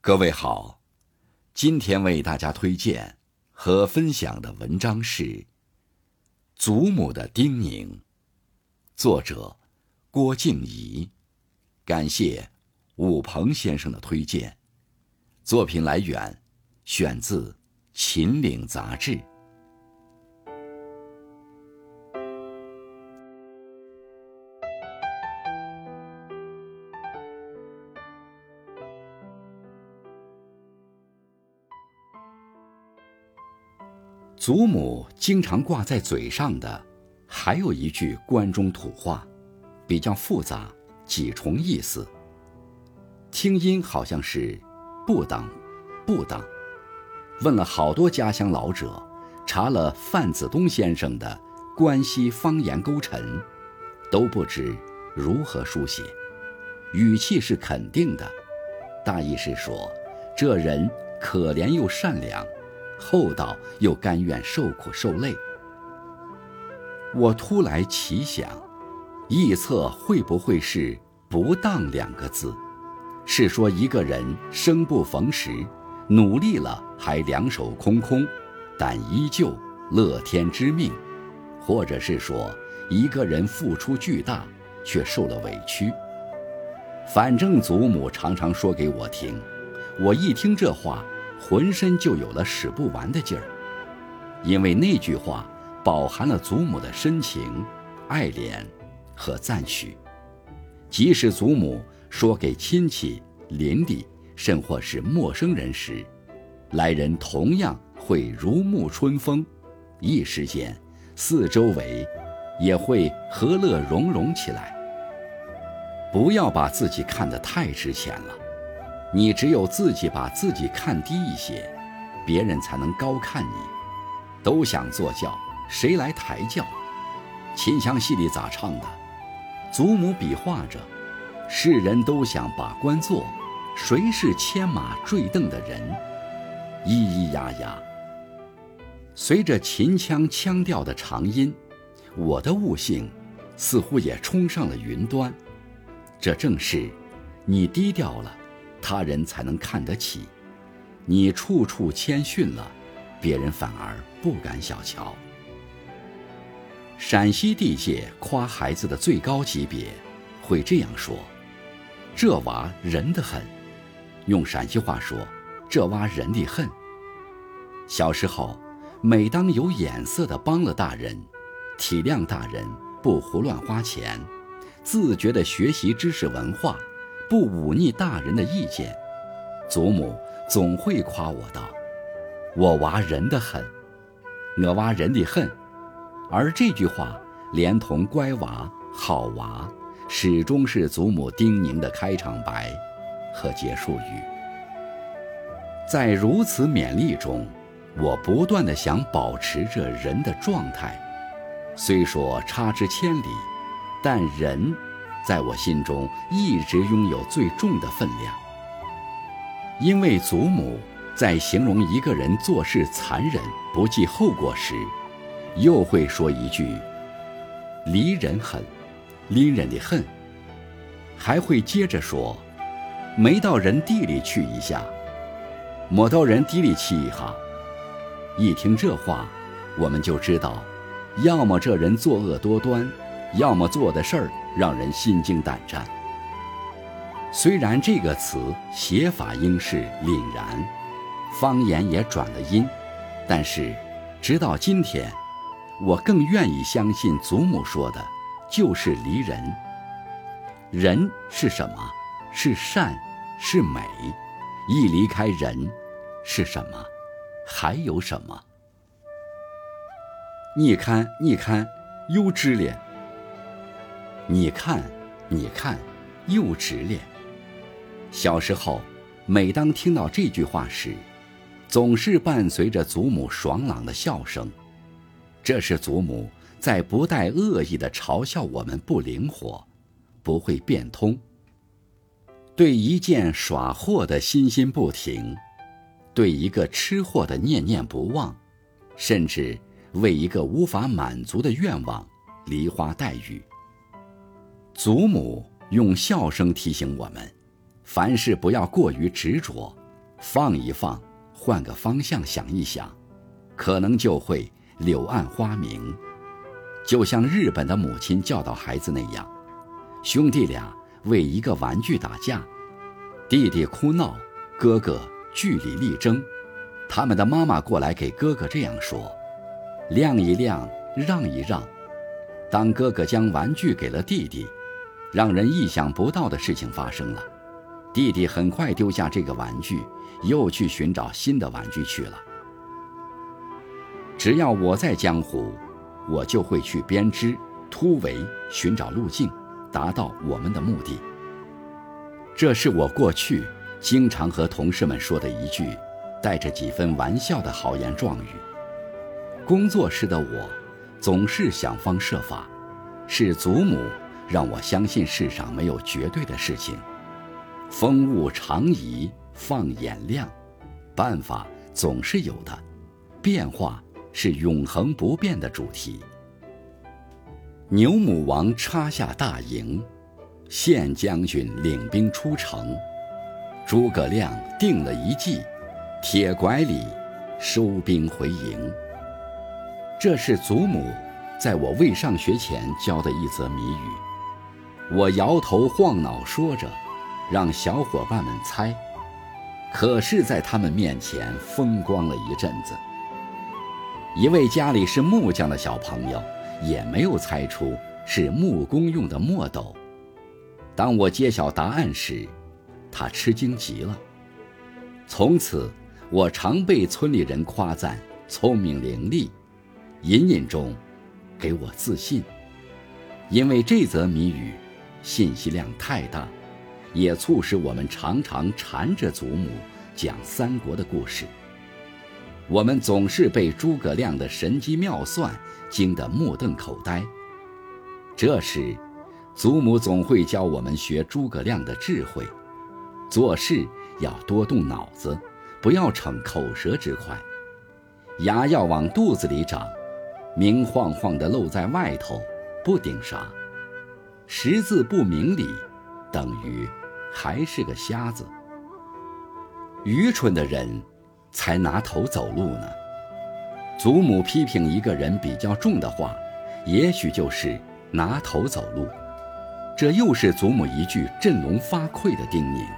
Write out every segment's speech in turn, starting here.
各位好，今天为大家推荐和分享的文章是《祖母的叮咛》，作者郭静怡，感谢武鹏先生的推荐。作品来源选自《秦岭杂志》。祖母经常挂在嘴上的还有一句关中土话，比较复杂，几重意思。听音好像是不当不当。问了好多家乡老者，查了范子东先生的关西方言勾陈，都不知如何书写。语气是肯定的，大意是说这人可怜又善良，厚道又甘愿受苦受累。我突来奇想，臆测会不会是不当两个字，是说一个人生不逢时，努力了还两手空空，但依旧乐天知命，或者是说一个人付出巨大却受了委屈。反正祖母常常说给我听，我一听这话浑身就有了使不完的劲儿，因为那句话饱含了祖母的深情、爱怜和赞许。即使祖母说给亲戚、邻里，甚或是陌生人时，来人同样会如沐春风，一时间四周围也会和乐融融起来。不要把自己看得太值钱了，你只有自己把自己看低一些，别人才能高看你。都想坐轿，谁来抬轿？秦腔戏里咋唱的？祖母比划着，世人都想把官做，谁是牵马坠镫的人？咿咿呀呀。随着秦腔腔调的长音，我的悟性似乎也冲上了云端。这正是你低调了，他人才能看得起；你处处谦逊了，别人反而不敢小瞧。陕西地界夸孩子的最高级别会这样说：这娃仁得很。用陕西话说，这娃仁得很。小时候每当有眼色的帮了大人，体谅大人不胡乱花钱，自觉地学习知识文化，不忤逆大人的意见，祖母总会夸我道：我娃仁得很，我娃仁得很。而这句话连同乖娃、好娃，始终是祖母叮咛的开场白和结束语。在如此勉励中，我不断地想保持着人的状态。虽说差之千里，但人在我心中一直拥有最重的分量。因为祖母在形容一个人做事残忍不计后果时，又会说一句离人狠，拎人的恨，还会接着说没到人地里去一下，没到人地里去一下。一听这话，我们就知道，要么这人作恶多端，要么做的事儿让人心惊胆战。虽然这个词写法应是凛然，方言也转了音，但是直到今天，我更愿意相信祖母说的就是离人。人是什么？是善，是美。一离开人，是什么？还有什么？你看，你看，又知了。你看，你看，又知了。小时候，每当听到这句话时，总是伴随着祖母爽朗的笑声。这是祖母在不带恶意地嘲笑我们不灵活，不会变通，对一件耍货的心心不停，对一个吃货的念念不忘，甚至为一个无法满足的愿望梨花带雨。祖母用笑声提醒我们，凡事不要过于执着， 放一放，换个方向想一想，可能就会柳暗花明。就像日本的母亲教导孩子那样，兄弟俩为一个玩具打架，弟弟哭闹，哥哥据理力争，他们的妈妈过来给哥哥这样说：谅一谅，让一让。当哥哥将玩具给了弟弟，让人意想不到的事情发生了，弟弟很快丢下这个玩具，又去寻找新的玩具去了。只要我在江湖，我就会去编织、突围，寻找路径，达到我们的目的。这是我过去经常和同事们说的一句带着几分玩笑的豪言壮语。工作时的我总是想方设法，是祖母让我相信世上没有绝对的事情，风物长宜放眼量，办法总是有的，变化是永恒不变的主题。牛母王插下大营，献将军领兵出城，诸葛亮定了一计，铁拐李收兵回营。这是祖母在我未上学前教的一则谜语，我摇头晃脑说着，让小伙伴们猜，可是在他们面前风光了一阵子。一位家里是木匠的小朋友也没有猜出是木工用的墨斗。当我揭晓答案时，他吃惊极了。从此我常被村里人夸赞聪明伶俐，隐隐中给我自信。因为这则谜语信息量太大，也促使我们常常缠着祖母讲三国的故事。我们总是被诸葛亮的神机妙算惊得目瞪口呆。这时祖母总会教我们学诸葛亮的智慧，做事要多动脑子，不要逞口舌之快，牙要往肚子里长，明晃晃地露在外头，不顶啥。识字不明理，等于还是个瞎子。愚蠢的人才拿头走路呢。祖母批评一个人比较重的话，也许就是拿头走路。这又是祖母一句振聋发聩的叮咛。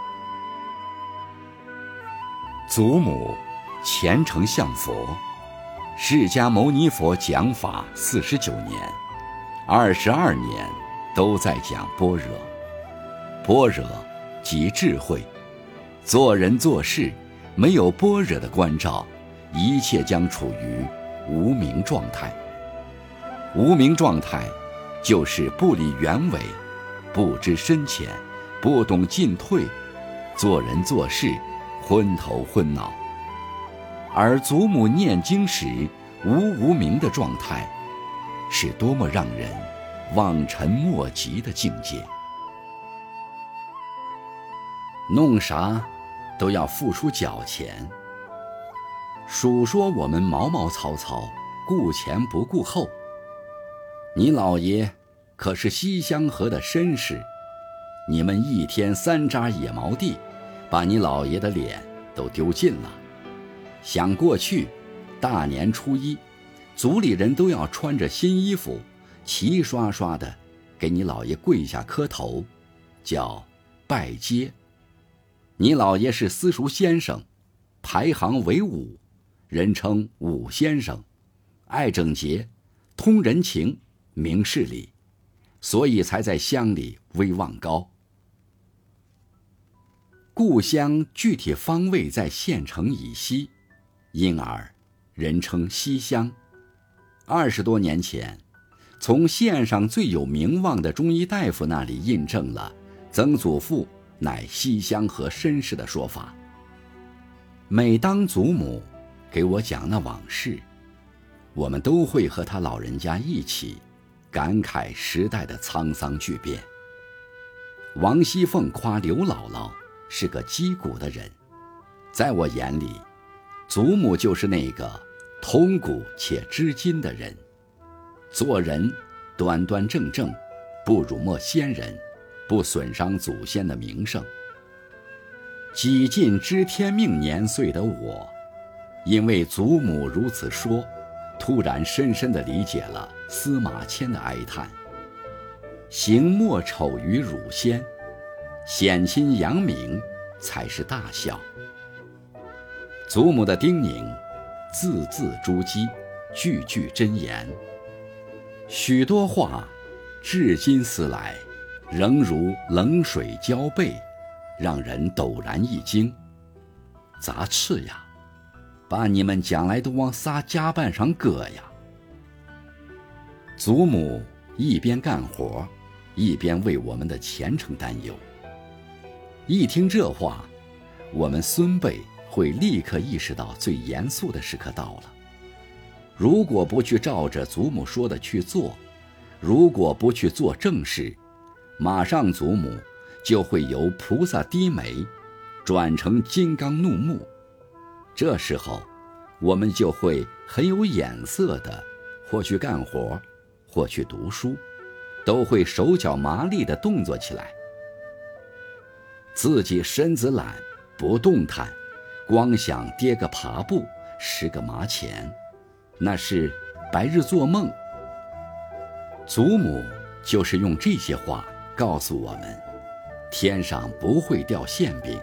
祖母虔诚向佛，释迦牟尼佛讲法49年，22年都在讲般若。般若即智慧，做人做事没有般若的关照，一切将处于无明状态。无明状态就是不理原委，不知深浅，不懂进退，做人做事昏头昏脑。而祖母念经时无明的状态，是多么让人望尘莫及的境界。弄啥都要付出脚钱。数说我们毛毛糙糙，顾前不顾后。你老爷可是西乡河的绅士，你们一天3扎野毛地，把你老爷的脸都丢尽了。想过去大年初一，族里人都要穿着新衣服，齐刷刷的给你老爷跪下磕头，叫拜接。你老爷是私塾先生，排行为5，人称5先生，爱整洁，通人情，明事理，所以才在乡里威望高。故乡具体方位在县城以西，因而人称西乡。20多年前，从县上最有名望的中医大夫那里印证了曾祖父乃西乡河绅士的说法。每当祖母给我讲那往事，我们都会和他老人家一起感慨时代的沧桑巨变。王熙凤夸刘姥姥是个击鼓的人，在我眼里，祖母就是那个通古且知今的人。做人端端正正，不辱没先人，不损伤祖先的名声。 几近知天命年岁的我，因为祖母如此说，突然深深地理解了司马迁的哀叹：行莫丑于乳先，显亲扬名才是大孝。祖母的叮咛，字字珠玑，句句真言，许多话至今思来，仍如冷水浇背，让人陡然一惊。杂翅呀，把你们将来都往啥甲板上搁呀？祖母一边干活，一边为我们的前程担忧。一听这话，我们孙辈会立刻意识到最严肃的时刻到了。如果不去照着祖母说的去做，如果不去做正事，马上祖母就会由菩萨低眉转成金刚怒目。这时候我们就会很有眼色的或去干活，或去读书，都会手脚麻利地动作起来。自己身子懒，不动弹，光想跌个爬步，拾个麻钱，那是白日做梦。祖母就是用这些话告诉我们，天上不会掉馅饼。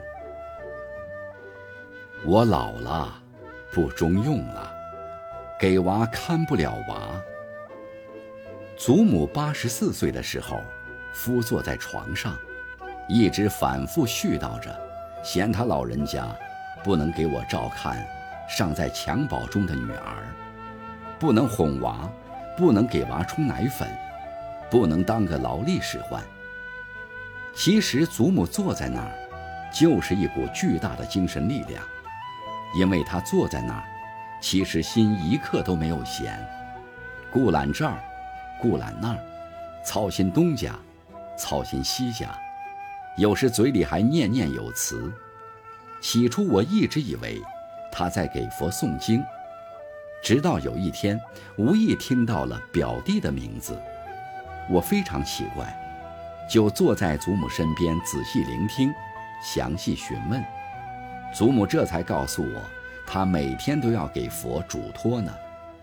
我老了，不中用了，给娃看不了娃。祖母84岁的时候，伏坐在床上，一直反复絮叨着，嫌他老人家不能给我照看尚在襁褓中的女儿，不能哄娃，不能给娃冲奶粉，不能当个劳力使唤。其实祖母坐在那儿，就是一股巨大的精神力量，因为她坐在那儿，其实心一刻都没有闲，顾揽这儿，顾揽那儿，操心东家，操心西家，有时嘴里还念念有词。起初我一直以为她在给佛诵经，直到有一天无意听到了表弟的名字，我非常奇怪，就坐在祖母身边仔细聆听，详细询问。祖母这才告诉我，她每天都要给佛嘱托呢。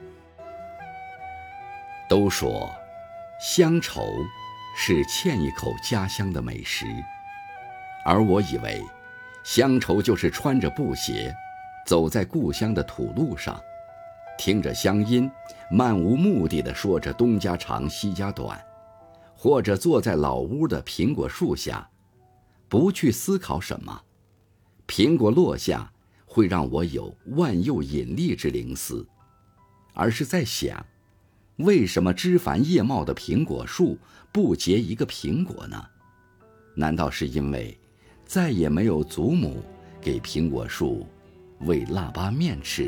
都说乡愁是欠一口家乡的美食，而我以为乡愁就是穿着布鞋走在故乡的土路上，听着乡音，漫无目的地说着东家长西家短，或者坐在老屋的苹果树下，不去思考什么，苹果落下会让我有万有引力之灵思，而是在想，为什么枝繁叶茂的苹果树不结一个苹果呢？难道是因为再也没有祖母给苹果树喂腊八面吃？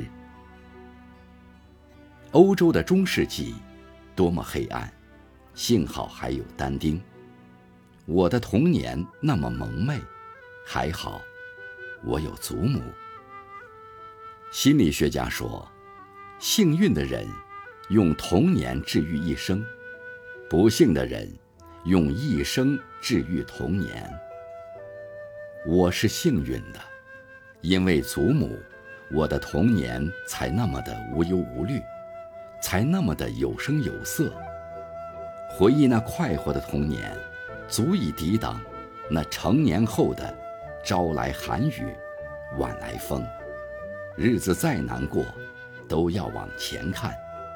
欧洲的中世纪多么黑暗，幸好还有但丁。我的童年那么蒙昧，还好我有祖母。心理学家说，幸运的人用童年治愈一生，不幸的人用一生治愈童年。我是幸运的，因为祖母，我的童年才那么的无忧无虑，才那么的有声有色。回忆那快活的童年，足以抵挡那成年后的朝来寒雨，晚来风。日子再难过，都要往前看。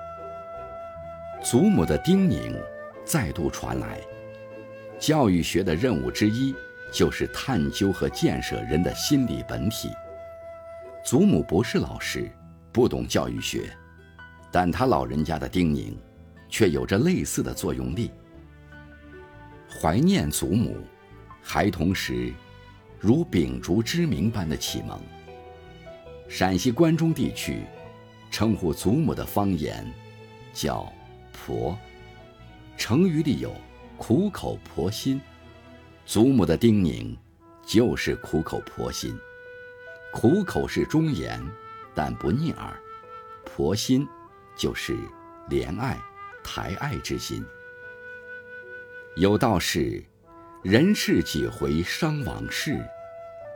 祖母的叮咛再度传来，教育学的任务之一就是探究和建设人的心理本体。祖母不是老师，不懂教育学，但她老人家的叮咛却有着类似的作用力。怀念祖母，孩童时如秉烛之明般的启蒙。陕西关中地区称呼祖母的方言叫婆，成语里有苦口婆心，祖母的叮咛就是苦口婆心。苦口是忠言，但不逆耳；婆心就是怜爱抬爱之心。有道是，人世几回伤往事，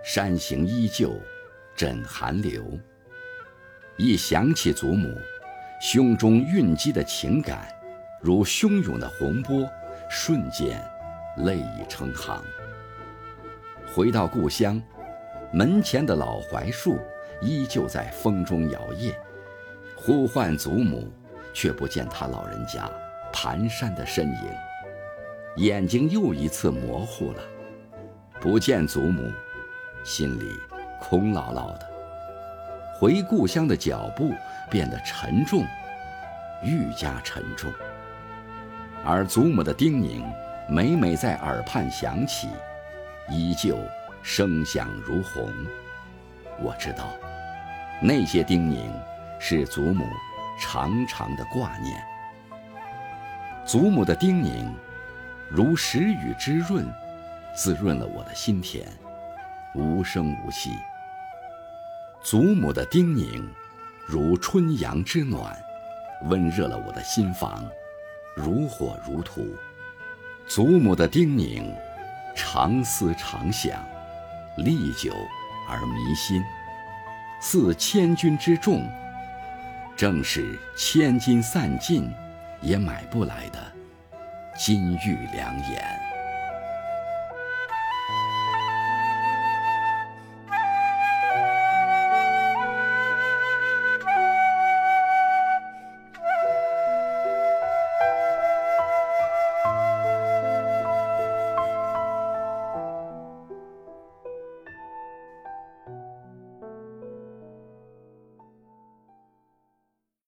山形依旧，枕寒流。一想起祖母，胸中蕴积的情感，如汹涌的洪波，瞬间泪已成行。回到故乡，门前的老槐树依旧在风中摇曳，呼唤祖母，却不见他老人家蹒跚的身影，眼睛又一次模糊了。不见祖母，心里空落落的，回故乡的脚步变得沉重，愈加沉重。而祖母的叮咛每每在耳畔响起，依旧声响如洪。我知道，那些叮咛是祖母长长的挂念。祖母的叮咛如时雨之润，滋润了我的心田，无声无息。祖母的叮咛如春阳之暖，温热了我的心房，如火如荼。祖母的叮咛长思长想，历久而弥新，似千钧之重，正是千金散尽也买不来的金玉良言。